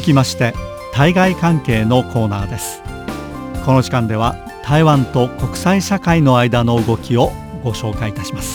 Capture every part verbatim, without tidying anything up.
きまして対外関係のコーナーです。この時間では台湾と国際社会の間の動きをご紹介いたします。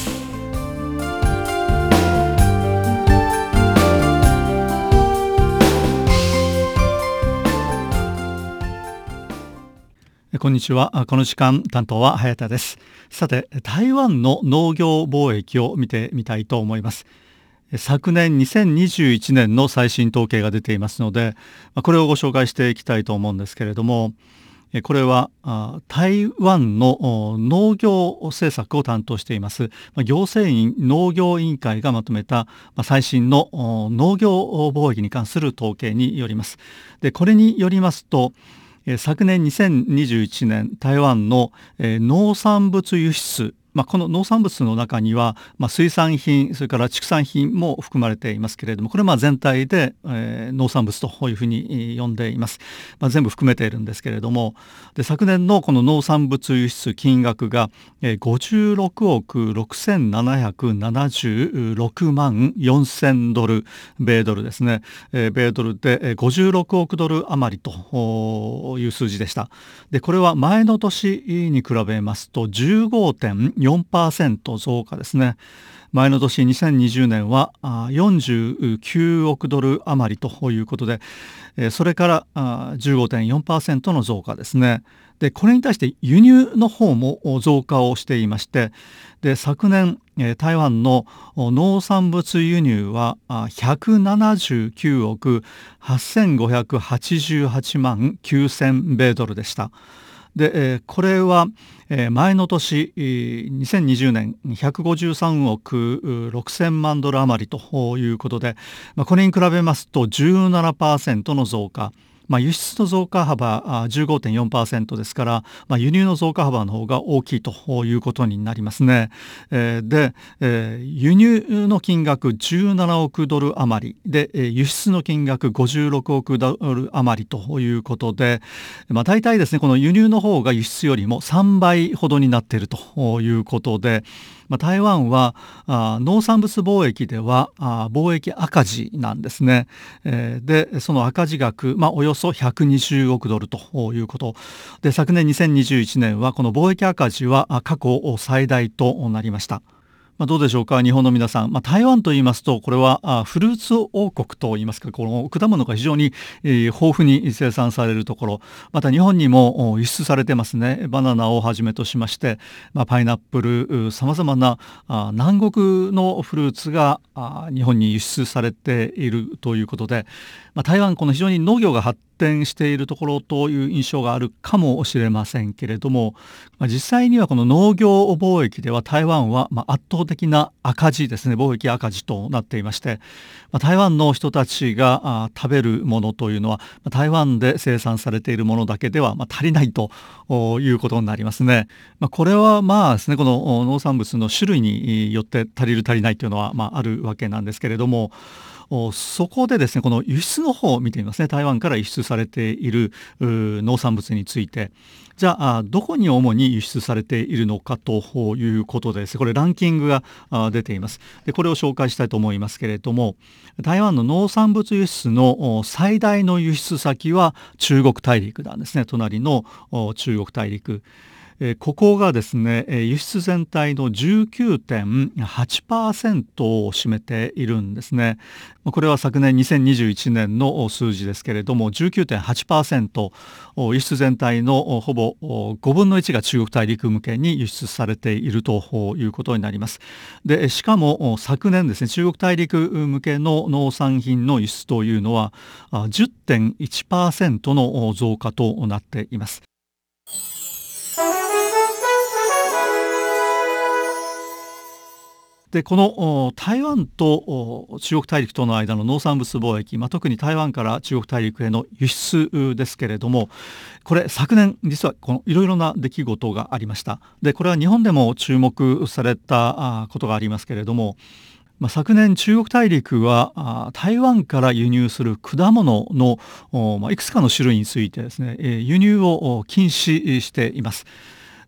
こんにちは。この時間担当は早田です。さて、台湾の農業貿易を見てみたいと思います。昨年にせんにじゅういちねんの最新統計が出ていますので、これをご紹介していきたいと思うんですけれども、これは台湾の農業政策を担当しています行政院農業委員会がまとめた最新の農業貿易に関する統計によります。で、これによりますと、昨年にせんにじゅういちねん台湾の農産物輸出、まあ、この農産物の中には、まあ、水産品それから畜産品も含まれていますけれども、これはまあ全体で、えー、農産物というふうに呼んでいます。まあ、全部含めているんですけれども、で昨年のこの農産物輸出金額が、えー、ごじゅうろくおくろくせんななひゃくななじゅうろくまんよんせんドル、米ドルですね、えー、米ドルでごじゅうろくおくドル余りという数字でした。でこれは前の年に比べますと じゅうごてんよんパーセント 増加ですね。前の年にせんにじゅうねんはよんじゅうきゅうおくドル余りということで、それから じゅうごてんよんパーセント の増加ですね。でこれに対して輸入の方も増加をしていまして、で昨年台湾の農産物輸入はひゃくななじゅうきゅうおくはっせんごひゃくはちじゅうはちまんきゅうせん米ドルでした。でこれは前の年にせんにじゅうねんひゃくごじゅうさんおくろくせんまんドル余りということで、これに比べますと じゅうななパーセント の増加、まあ、輸出の増加幅 じゅうごてんよんパーセント ですから、まあ、輸入の増加幅の方が大きいということになりますね。えー、で、えー、輸入の金額じゅうななおくドル余りで、えー、輸出の金額ごじゅうろくおくドル余りということで、まあ、大体ですねこの輸入の方が輸出よりもさんばいほどになっているということで、まあ、台湾はあ農産物貿易ではあ貿易赤字なんですね。えー、でその赤字額、まあ、およそひゃくにじゅうおくドルということで、昨年にせんにじゅういちねんはこの貿易赤字は過去最大となりました。まあ、どうでしょうか、日本の皆さん。まあ、台湾といいますとこれはあフルーツ王国といいますか、この果物が非常に、えー、豊富に生産されるところ、また日本にも輸出されてますね。バナナをはじめとしまして、まあ、パイナップルさまざまなあ南国のフルーツがあ日本に輸出されているということで、まあ、台湾この非常に農業が発展しているところという印象があるかもしれませんけれども、まあ、実際にはこの農業貿易では台湾はまあ圧倒的な赤字ですね、貿易赤字となっていまして、まあ、台湾の人たちがあ食べるものというのは、まあ、台湾で生産されているものだけではまあ足りないということになりますね。まあ、これはまあですね、この農産物の種類によって足りる足りないというのはまああるわけなんですけれども、そこでですねこの輸出の方を見てみますね。台湾から輸出されている農産物について、じゃあどこに主に輸出されているのかということでですね、これランキングが出ています。でこれを紹介したいと思いますけれども、台湾の農産物輸出の最大の輸出先は中国大陸なんですね。隣の中国大陸、ここがですね輸出全体の じゅうきゅうてんはちパーセント を占めているんですね。これは昨年にせんにじゅういちねんの数字ですけれども じゅうきゅうてんはちパーセント、 輸出全体のほぼごぶんのいちが中国大陸向けに輸出されているということになります。でしかも昨年ですね中国大陸向けの農産品の輸出というのは じゅってんいちパーセント の増加となっています。でこの台湾と中国大陸との間の農産物貿易、まあ、特に台湾から中国大陸への輸出ですけれども、これ昨年実はこのいろいろな出来事がありました。でこれは日本でも注目されたことがありますけれども、まあ、昨年中国大陸は台湾から輸入する果物の、まあ、いくつかの種類についてですね輸入を禁止しています。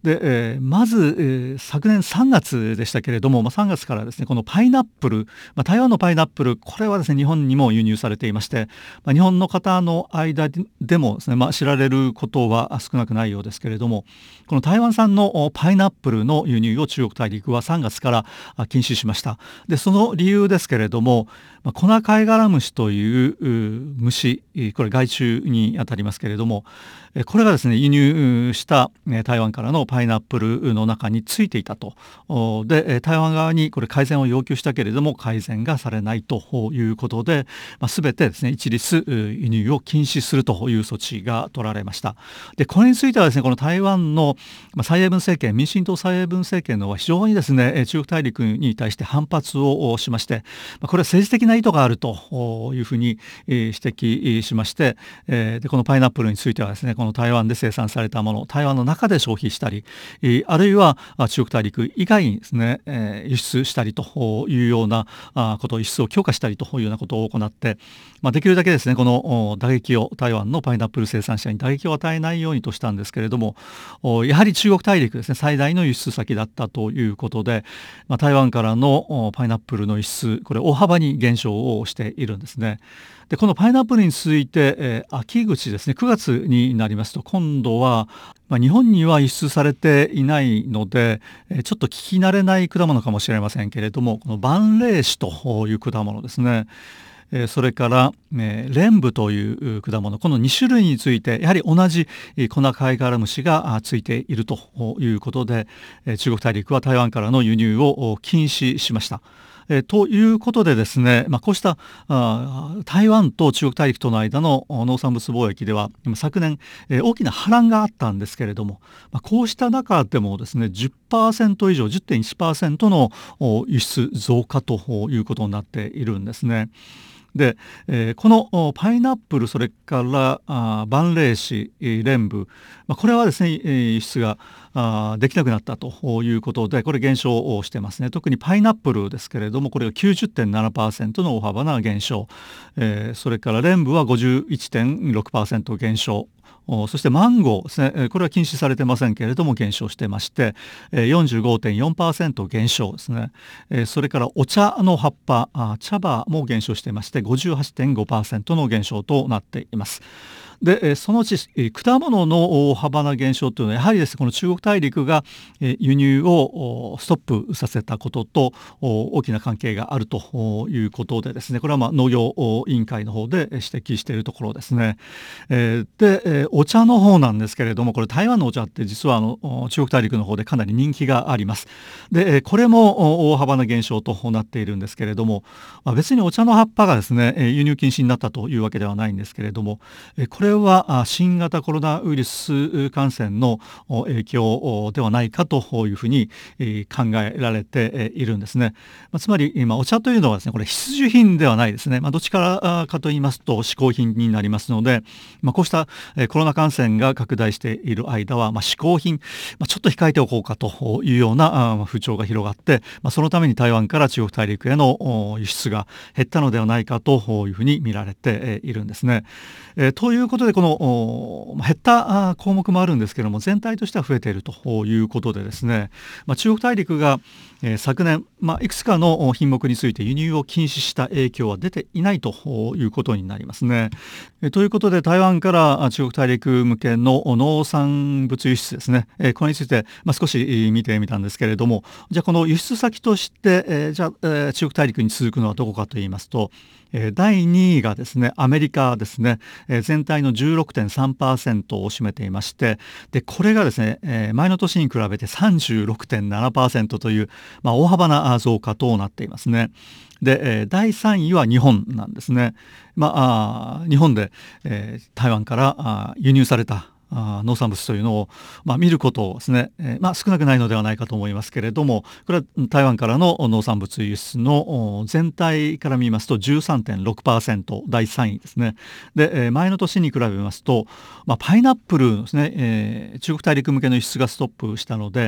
で、えーまず、えー昨年さんがつでしたけれども、まあ、さんがつからですねこのパイナップル、まあ、台湾のパイナップルこれはですね日本にも輸入されていまして、まあ、日本の方の間でもですね、まあ、知られることは少なくないようですけれども、この台湾産のパイナップルの輸入を中国大陸はさんがつから禁止しました。でその理由ですけれども、まあ、コナカイガラムシというう虫、これ害虫にあたりますけれども、えこれがですね輸入したえ台湾からのパイナップルの中についていたと。おでえ台湾側にこれ改善を要求したけれども改善がされないということで、まあ、全てですね一律う輸入を禁止するという措置が取られました。でこれについてはですねこの台湾の、まあ、蔡英文政権、民進党蔡英文政権のは非常にですねえ中国大陸に対して反発をしまして、まあ、これは政治的な意図があるというふうにえ指摘しまして、えーでこのパイナップルについてはですねこの台湾で生産されたもの、台湾の中で消費したり、えーあるいはあ中国大陸以外にですね、えー輸出したりというようなあこと、輸出を強化したりというようなことを行って、まあ、できるだけですねこのお打撃を台湾のパイナップル生産者に打撃を与えないようにとしたんですけれども、おやはり中国大陸ですね最大の輸出先だったということで、まあ、台湾からのおパイナップルの輸出これ大幅に減少をしているんですね。でこのパイナップルに続いて、えー秋口ですねくがつになりますと今度は、まあ、日本には輸出されていないので、えーちょっと聞き慣れない果物かもしれませんけれども、この万霊子という果物ですね、えーそれから、えー、レンブという果物、このに種類についてやはり同じえーコナカイガラムシがあついているということで、えー中国大陸は台湾からの輸入をお禁止しました。えーということでですね、まあ、こうしたあ台湾と中国大陸との間のお農産物貿易では昨年、えー大きな波乱があったんですけれども、まあ、こうした中でもですね じゅっパーセント 以上 じゅってんいちパーセント のお輸出増加ということになっているんですね。で、えーこのおパイナップル、それからあ万霊子、えーレンブ、まあ、これはですね、えー輸出があーできなくなったということでこれ減少をしてますね。特にパイナップルですけれどもこれが きゅうじゅってんななパーセント の大幅な減少、えーそれからレンブは ごじゅういちてんろくパーセント 減少、おそしてマンゴーですね、えーこれは禁止されてませんけれども減少してまして、えー、よんじゅうごてんよんパーセント 減少ですね、えーそれからお茶の葉っぱ、あ茶葉も減少していまして ごじゅうはちてんごパーセント の減少となっています。で、えーそのうち、えー果物の大幅な減少というのはやはりですねこの中国大陸が、えー輸入をおストップさせたこととお大きな関係があるとおいうことでですね、これはまあ農業お委員会の方でえー指摘しているところですね。えーで、えーお茶の方なんですけれども、これ台湾のお茶って実はあのお中国大陸の方でかなり人気があります。で、えーこれもお大幅な減少となっているんですけれども、まあ、別にお茶の葉っぱがですねえー輸入禁止になったというわけではないんですけれども、えーこれはあ新型コロナウイルス感染のお影響おではないかというふうにえー考えられてえーいるんですね。まあ、つまり今お茶というのはですねこれ必需品ではないですね。まあ、どっちからあかと言いますと嗜好品になりますので、まあ、こうしたえーコロナ感染が拡大している間は、まあ、嗜好品、まあ、ちょっと控えておこうかというようなあ風潮が広がって、まあ、そのために台湾から中国大陸へのお輸出が減ったのではないかというふうに見られてえーいるんですね。えーということでこのお減ったあ項目もあるんですけれども全体としては増えているということでですね、まあ、中国大陸が、えー昨年、まあ、いくつかの品目について輸入を禁止した影響は出ていないということになりますね。えーということで台湾からあ中国大陸向けの農産物輸出ですね、えーこれについて、まあ、少しえー見てみたんですけれども、じゃあこの輸出先として、えーじゃあ、えー中国大陸に続くのはどこかといいますと、えーだいにいがですねアメリカですね、えー全体の じゅうろくてんさんパーセント を占めていまして、でこれがですね、えー前の年に比べて さんじゅうろくてんななパーセント という、まあ、大幅なあ増加となっていますね。で、えーだいさんいは日本なんですね。まあ、あー日本で、えー台湾からあー輸入されたあー農産物というのを、まあ、見ることをですね、えーまあ、少なくないのではないかと思いますけれども、これは台湾からの農産物輸出のお全体から見ますと じゅうさんてんろくパーセント だいさんいですね。で、えー前の年に比べますと、まあ、パイナップルですね、えー中国大陸向けの輸出がストップしたので、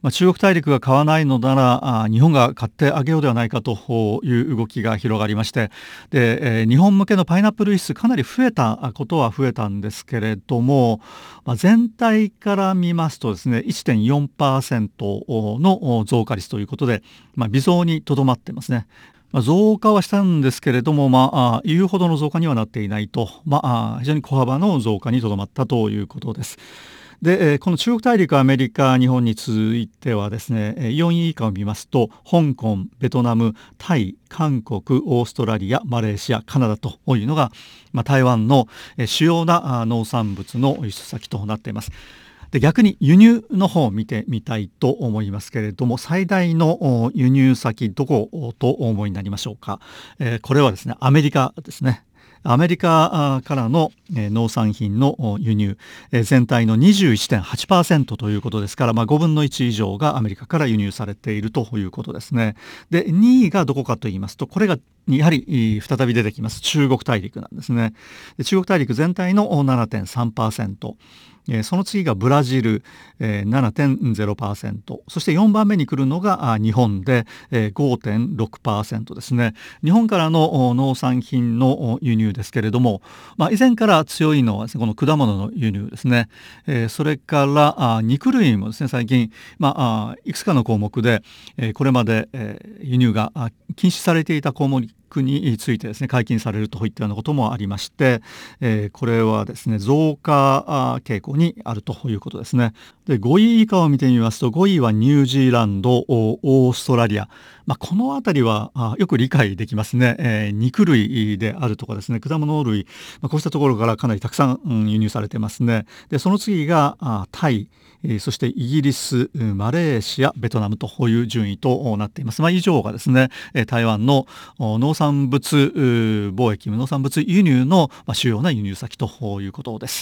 まあ、中国大陸が買わないのならあ日本が買ってあげようではないかという動きが広がりまして、で、えー、日本向けのパイナップル輸出かなり増えたことは増えたんですけれども、まあ、全体から見ますとですね いってんよんパーセント の増加率ということで、まあ、微増にとどまってますね。まあ、増加はしたんですけれども、まあ、あ言うほどの増加にはなっていないと、まあ、非常に小幅の増加にとどまったということです。で、えーこの中国大陸、アメリカ、日本に続いてはですね、えーよんい以下を見ますと、香港、ベトナム、タイ、韓国、オーストラリア、マレーシア、カナダというのが、まあ、台湾のえー主要なあ農産物の輸出先となっています。で、逆に輸入の方を見てみたいと思いますけれども、最大のお輸入先どことお思いになりましょうか。えーこれはですね、アメリカですね。アメリカあからのえー農産品のお輸入、えー全体の にじゅういってんはちパーセント ということですから、まあ、ごぶんのいち以上がアメリカから輸入されているということですね。で、にいがどこかと言いますと、これがやはりい再び出てきます中国大陸なんですね。で、中国大陸全体のお ななてんさんパーセント、えーその次がブラジル、えー ななてんゼロパーセント、そしてよんばんめに来るのがあ日本で、えー ごてんろくパーセント ですね。日本からのお農産品のお輸入ですけれども、まあ、以前から強いのはですね、この果物の輸入ですね。えーそれからあ肉類もですね、最近、まあ、あいくつかの項目で、えーこれまで、えー輸入があ禁止されていた項目についてですね解禁されるといったようなこともありまして、えーこれはですね増加あ傾向にあるということですね。で、ごい以下を見てみますと、ごいはニュージーランド、おオーストラリア、まあ、この辺りはあよく理解できますね。えー肉類であるとかですね、果物類、まあ、こうしたところからかなりたくさん、うん輸入されてますね。で、その次があタイ、えーそしてイギリス、うんマレーシア、ベトナムという順位となっています。まあ、以上がですね、えー台湾のお農産物う貿易、農産物輸入の、まあ、主要な輸入先ということです。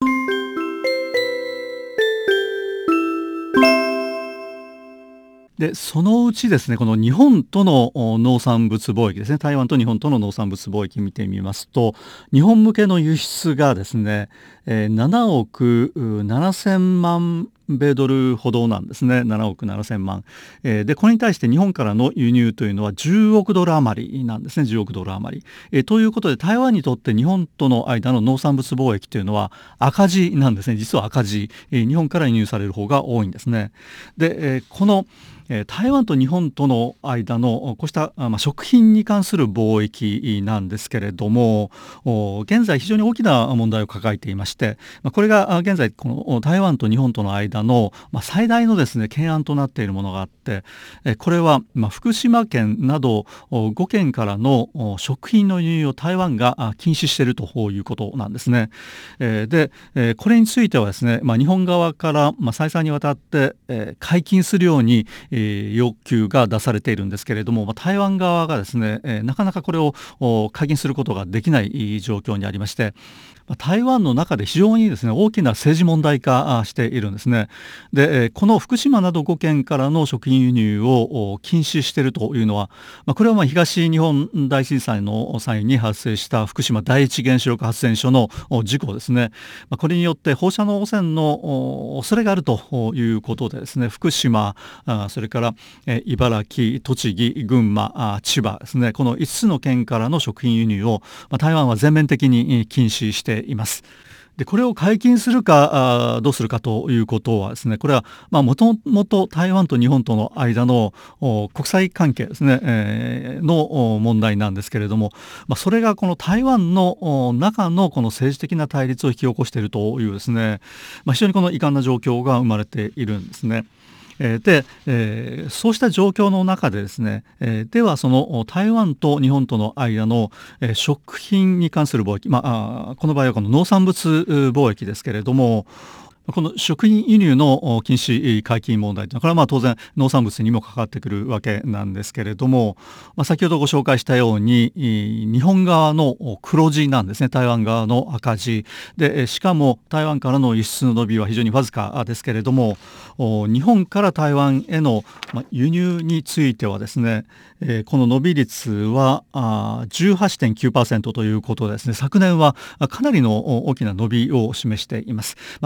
で、そのうちですね、この日本とのお農産物貿易ですね、台湾と日本との農産物貿易見てみますと、日本向けの輸出がですね、えーななおくななせんまん米ドルほどなんですね。ななおくななせんまん。えーで、これに対して日本からの輸入というのはじゅうおくドル余りなんですね。じゅうおくドル余り。えーということで、台湾にとって日本との間の農産物貿易というのは赤字なんですね。実は赤字。えー日本から輸入される方が多いんですね。で、えーこのえー台湾と日本との間のこうしたあまあ、食品に関する貿易なんですけれども、お現在非常に大きな問題を抱えていまして、まあ、これがあ現在この台湾と日本との間の、まあ、最大のですね懸案となっているものがあって、えーこれは、まあ、福島県などおごけんからのお食品の輸入を台湾があ禁止しているということなんですね。えーで、えーこれについてはですね、まあ、日本側から、まあ、再三にわたって、えー解禁するようにえー要求が出されているんですけれども、まあ、台湾側がですね、えーなかなかこれをお解禁することができない状況にありまして、まあ台湾の中で非常にですね大きな政治問題化あしているんですね。で、えーこの福島などごけんからの食品輸入をお禁止しているというのは、まあ、これはまあ東日本大震災の際に発生した福島第一原子力発電所のお事故ですね。まあ、これによって放射能汚染のお恐れがあるということでですね、福島あそれからえー茨城、栃木、群馬、あ千葉ですね、このいつつの県からの食品輸入を、まあ、台湾は全面的にえー禁止しています。で、これを解禁するかあどうするかということはですね、これはもともと台湾と日本との間のお国際関係ですね、えーのお問題なんですけれども、まあ、それがこの台湾のお中のこの政治的な対立を引き起こしているというですね、まあ、非常にこの遺憾な状況が生まれているんですね。えーで、えーそうした状況の中でですね、えーではその台湾と日本との間の、えー食品に関する貿易、まあ、あーこの場合はこの農産物う貿易ですけれども、この食品輸入のお禁止解禁問題というのは、これはまあ当然農産物にも関わってくるわけなんですけれども、まあ、先ほどご紹介したようにい日本側の黒字なんですね。台湾側の赤字で、えしかも台湾からの輸出の伸びは非常にわずかですけれども、お日本から台湾へのまあ輸入についてはですね、えーこの伸び率はあ じゅうはちてんきゅうパーセント ということでですね、昨年はあかなりのお大きな伸びを示しています。まあ、こうした中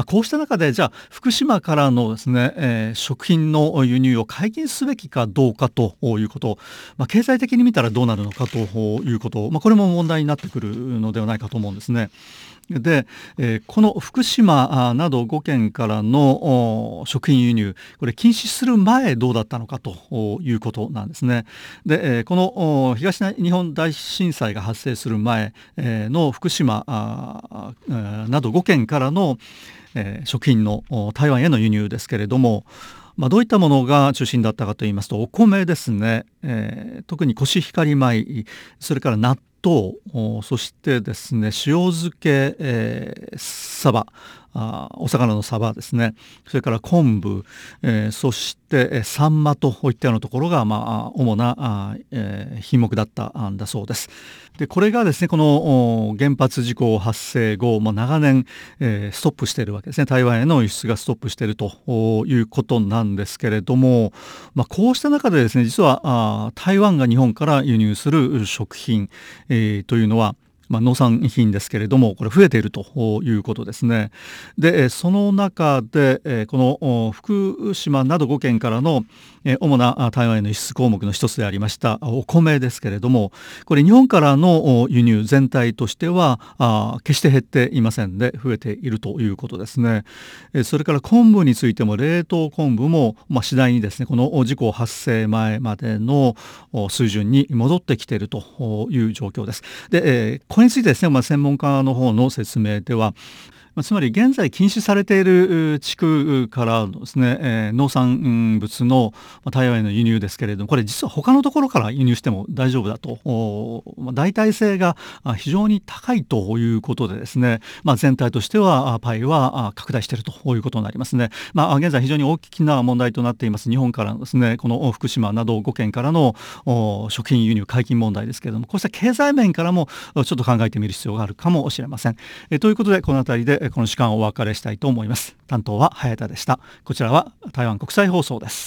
中でじゃあ福島からのですね、えー、食品の輸入を解禁すべきかどうかということ、まあ、経済的に見たらどうなるのかということ、まあ、これも問題になってくるのではないかと思うんですね。で、えー、この福島などごけんからの食品輸入、これ禁止する前どうだったのかということなんですね。で、えー、この東日本大震災が発生する前の福島などごけんからの食品の台湾への輸入ですけれども、まあ、どういったものが中心だったかといいますと、お米ですね、えー、特にコシヒカリ米、それから納豆、そしてですね塩漬け、えー、サバ、あお魚のサバですね、それから昆布、えー、そしてえサンマといったようなところが、まあ、主なあ、えー、品目だったんだそうです。でこれがですねこの原発事故発生後、まあ、長年、えー、ストップしているわけですね。台湾への輸出がストップしているということなんですけれども、まあ、こうした中でですね実はあ台湾が日本から輸入する食品、えー、というのはまあ、農産品ですけれどもこれ増えているということですね。でその中でこの福島などごけんからの主な台湾への輸出項目の一つでありましたお米ですけれども、これ日本からの輸入全体としては決して減っていませんで増えているということですね。それから昆布についても冷凍昆布もまあ次第にですねこの事故発生前までの水準に戻ってきているという状況です。で、えーこれについてですね、まあ、専門家の方の説明では、つまり現在禁止されている地区からのですね、えー、農産物の台湾への輸入ですけれども、これ実は他のところから輸入しても大丈夫だと、まあ、代替性が非常に高いということでですね、まあ、全体としてはパイは拡大しているということになりますね。まあ、現在非常に大きな問題となっています日本からのですねこの福島などごけんからの食品輸入解禁問題ですけれども、こうした経済面からもちょっと考えてみる必要があるかもしれません。えということでこの辺りでこの時間をお別れしたいと思います。担当は早田でした。こちらは台湾国際放送です。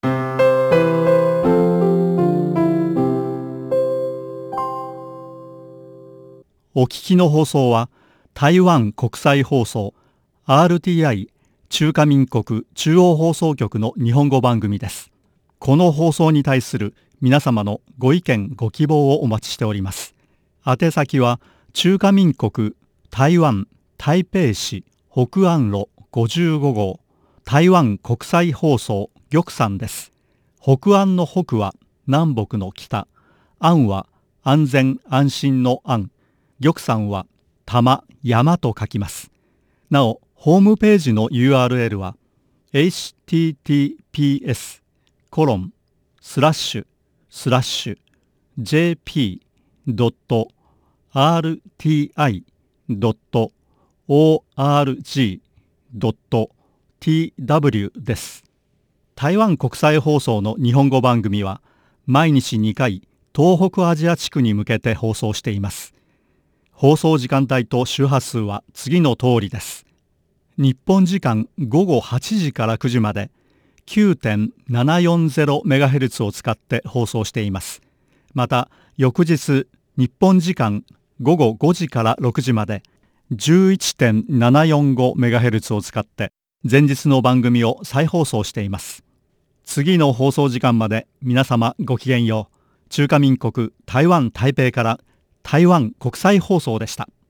お聞きの放送は台湾国際放送 アールティーアイ 中華民国中央放送局の日本語番組です。この放送に対する皆様のご意見ご希望をお待ちしております。宛先は中華民国台湾台北市北安路ごじゅうご号台湾国際放送玉山です。北安の北は南北の北、安は安全安心の安、玉山は玉山と書きます。なおホームページの ユーアールエル は エイチティーティーピーエス コロンスラッシュスラッシュ ジェーピー ドット アールティーアイ ドット オーアールジー ドット ティーダブリュー です。台湾国際放送の日本語番組は毎日にかい東北アジア地区に向けて放送しています。放送時間帯と周波数は次の通りです。日本時間ごごはちじからくじまで きゅうてんななよんゼロメガヘルツ を使って放送しています。また翌日日本時間ごごごじからろくじまで じゅういってんななよんごメガヘルツ を使って前日の番組を再放送しています。次の放送時間まで皆様ごきげんよう。中華民国台湾台北から台湾国際放送でした。